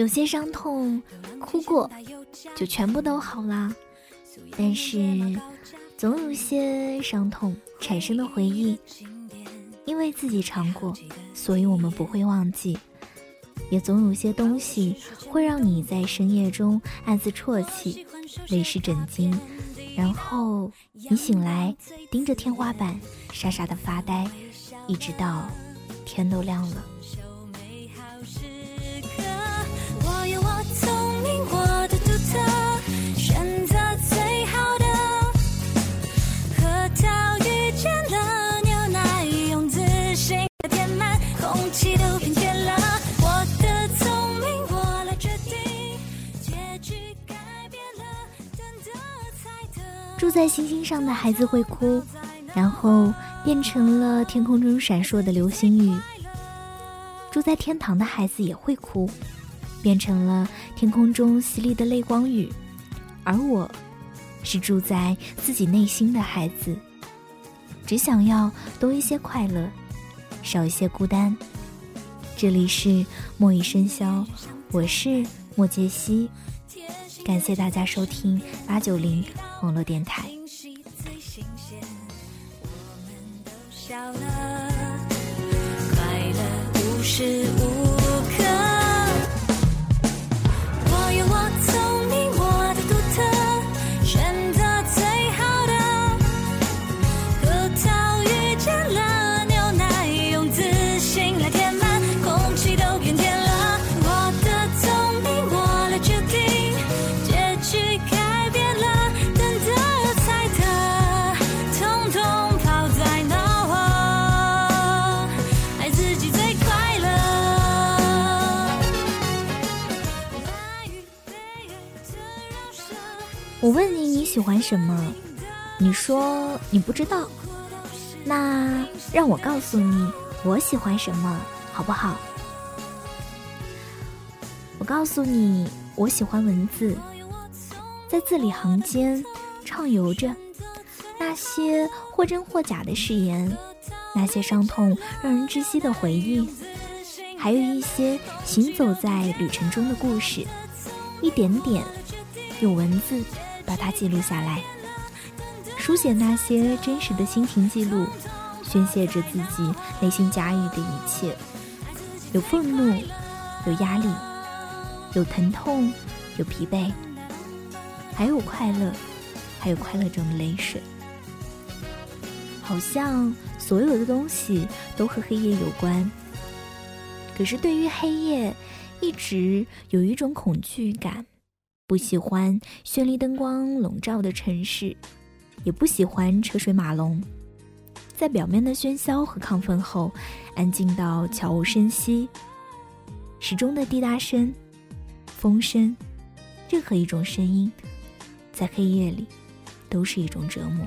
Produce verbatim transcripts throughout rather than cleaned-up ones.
有些伤痛哭过就全部都好啦，但是总有些伤痛产生的回忆，因为自己尝过，所以我们不会忘记。也总有些东西会让你在深夜中暗自啜泣，泪湿枕巾，然后你醒来盯着天花板傻傻的发呆，一直到天都亮了。 我有我聪明，我的独特，选择最好的，核桃遇见了牛奶，用自信填满空气都变甜了。我的聪明我来决定，结局改变了，等的猜的。 住在星星上的孩子会哭，然后变成了天空中闪烁的流星雨。住在天堂的孩子也会哭，变成了天空中犀利的泪光雨。而我是住在自己内心的孩子，只想要多一些快乐，少一些孤单。这里是莫以笙箫，我是莫杰西，感谢大家收听八九零网络电台。 笑了，快乐无时无刻。我有我聪明，我的独特，选择最好的，核桃遇见了牛奶，用自信来填满空气都变甜了。我的聪明我来决定，结局改变了，等的猜的，统统抛在脑后，爱自己最快乐。 我问你你喜欢什么，你说你不知道，那让我告诉你我喜欢什么好不好？我告诉你，我喜欢文字，在字里行间畅游着那些或真或假的誓言，那些伤痛让人窒息的回忆，还有一些行走在旅程中的故事，一点点用文字把它记录下来，书写那些真实的心情记录，宣泄着自己内心驾驭的一切，有愤怒，有压力，有疼痛，有疲惫，还有快乐，还有快乐中的泪水。好像所有的东西都和黑夜有关，可是对于黑夜一直有一种恐惧感，不喜欢绚丽灯光笼罩的城市，也不喜欢车水马龙，在表面的喧嚣和亢奋后，安静到悄无声息。时钟的滴答声，风声，任何一种声音，在黑夜里都是一种折磨。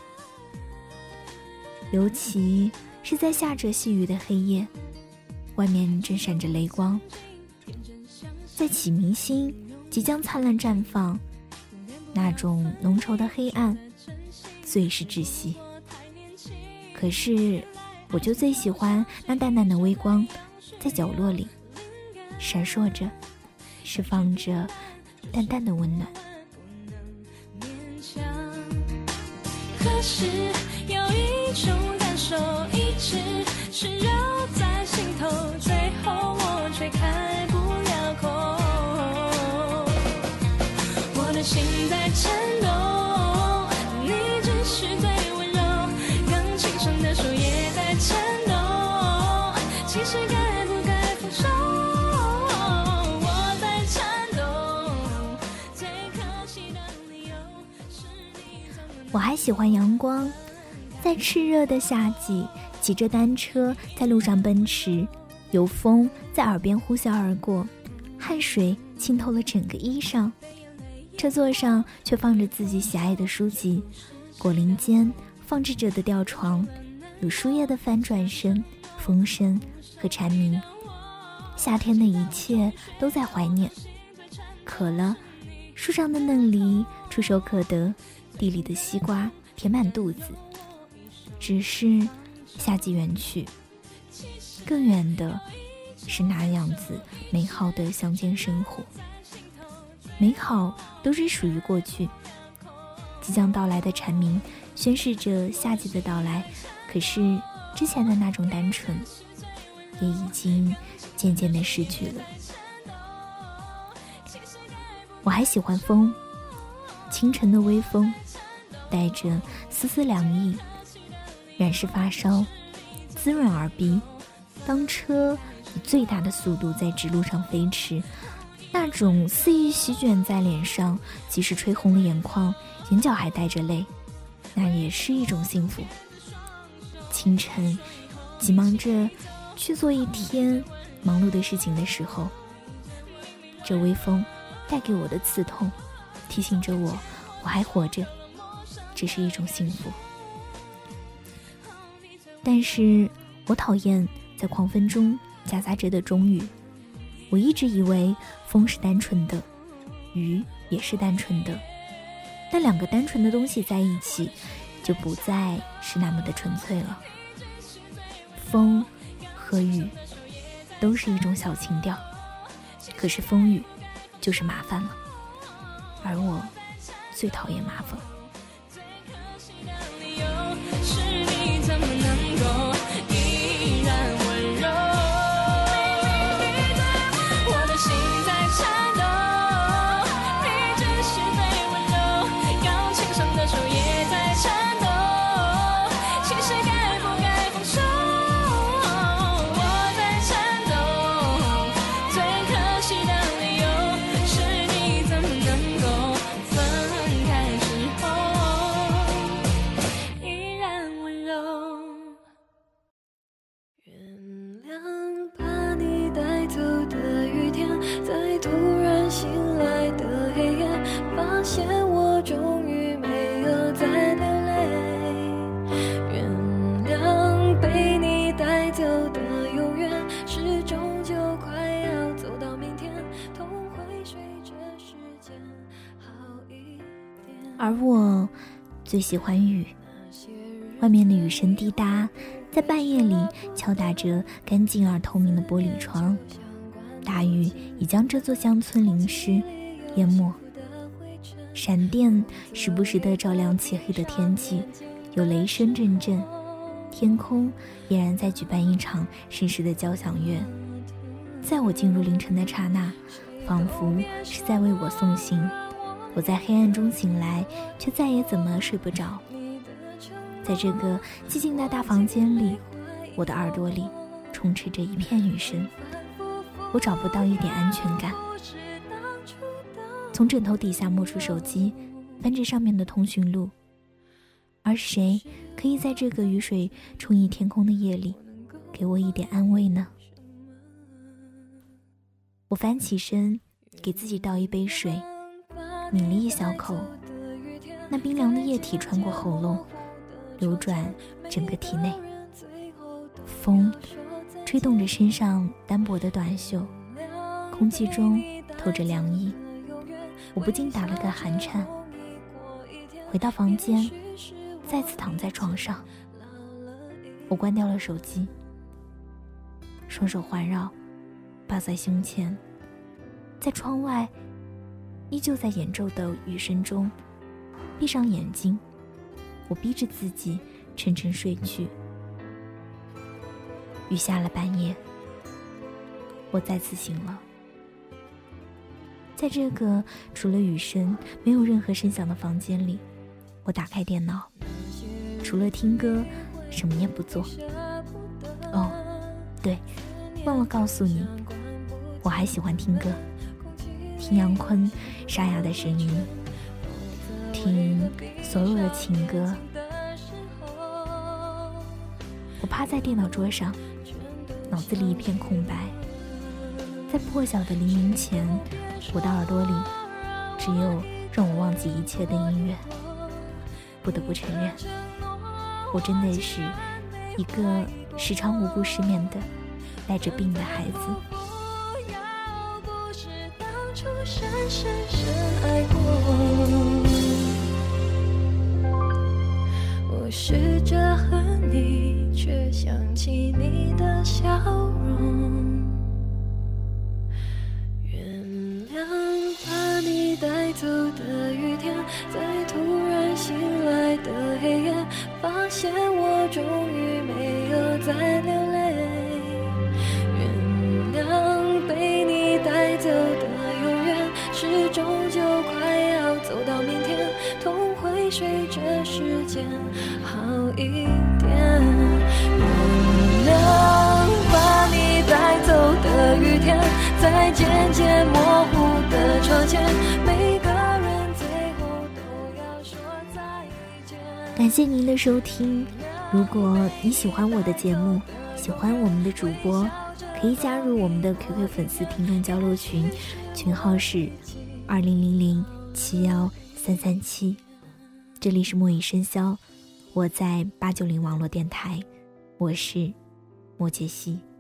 尤其是在下着细雨的黑夜，外面正闪着雷光，在启明星即将灿烂绽放，那种浓稠的黑暗最是窒息。可是我就最喜欢那淡淡的微光，在角落里闪烁着，释放着淡淡的温暖。 可是有一种感受一直是绕在心头，最后我却开不了口。我的心在颤动，你只是最温柔，更轻声的手也在颤动，其实该不该放手，我在颤动，最可惜的理由是你总有。 我还喜欢阳光，在炽热的夏季，骑着单车在路上奔驰，有风在耳边呼啸而过，汗水浸透了整个衣裳，车座上却放着自己喜爱的书籍，果林间放置着的吊床，有书页的翻转声、风声和蝉鸣。夏天的一切都在怀念，渴了，树上的嫩梨触手可得，地里的西瓜填满肚子。只是夏季远去，更远的是那样子美好的相见生活。美好都是属于过去，即将到来的蝉鸣宣示着夏季的到来，可是之前的那种单纯也已经渐渐地失去了。我还喜欢风，清晨的微风带着丝丝凉意，染湿发梢，滋润耳鼻。当车以最大的速度在直路上飞驰，那种肆意席卷在脸上，即使吹红了眼眶，眼角还带着泪，那也是一种幸福。清晨急忙着去做一天忙碌的事情的时候，这微风带给我的刺痛，提醒着我我还活着，这是一种幸福。但是我讨厌在狂风中夹杂着的中雨，我一直以为风是单纯的，雨也是单纯的，那两个单纯的东西在一起，就不再是那么的纯粹了。风和雨都是一种小情调，可是风雨就是麻烦了，而我最讨厌麻烦。 是你怎么能够依然温柔，我的心在颤抖，你只是被温柔，钢琴上的手也在颤抖，其实该不该放手，我在颤抖，最可惜的理由是你怎么能够分开之后依然温柔。原谅把你带走的雨天，在突然醒来的黑夜，发现我终于没有再流泪。原谅被你带走的永远，是终究快要走到明天，痛会随着时间好一点。 而我最喜欢雨，外面的雨声滴答，在半夜里敲打着干净而透明的玻璃窗，大雨已将这座乡村淋湿淹没，闪电时不时地照亮漆黑的天际，有雷声阵阵，天空俨然在举办一场盛世的交响乐。在我进入凌晨的刹那，仿佛是在为我送行，我在黑暗中醒来，却再也怎么睡不着。在这个寂静的大房间里，我的耳朵里充斥着一片雨声，我找不到一点安全感。从枕头底下摸出手机，翻着上面的通讯录，而谁可以在这个雨水充溢天空的夜里给我一点安慰呢？我翻起身给自己倒一杯水，抿了一小口，那冰凉的液体穿过喉咙流转整个体内，风吹动着身上单薄的短袖，空气中透着凉意，我不禁打了个寒颤。回到房间，再次躺在床上，我关掉了手机，双手环绕抱在胸前，在窗外依旧在演奏的雨声中，闭上眼睛，我逼着自己沉沉睡去。雨下了半夜，我再次醒了。在这个除了雨声没有任何声响的房间里，我打开电脑，除了听歌什么也不做。哦，对，忘了告诉你，我还喜欢听歌，听杨坤沙哑的声音，听所有的情歌。我趴在电脑桌上，脑子里一片空白，在破晓的黎明前，我的耳朵里只有让我忘记一切的音乐。不得不承认，我真的是一个时常无故失眠的带着病的孩子。 深深深爱过，我试着恨你，却想起你的笑容。 你带走的雨天，在突然醒来的黑夜，发现我终于没有再流泪。原谅被你带走的永远，是终究快要走到明天，痛会随着时间好一点。原谅把你带走的雨天，在渐渐模糊的窗前，每个人最后都要说再见。 感谢您的收听，如果你喜欢我的节目，喜欢我们的主播，可以加入我们的 Q Q 粉丝听众交流群，群号是二零零零七幺三三七。这里是墨雨笙箫，我在八九零网络电台，我是莫杰西。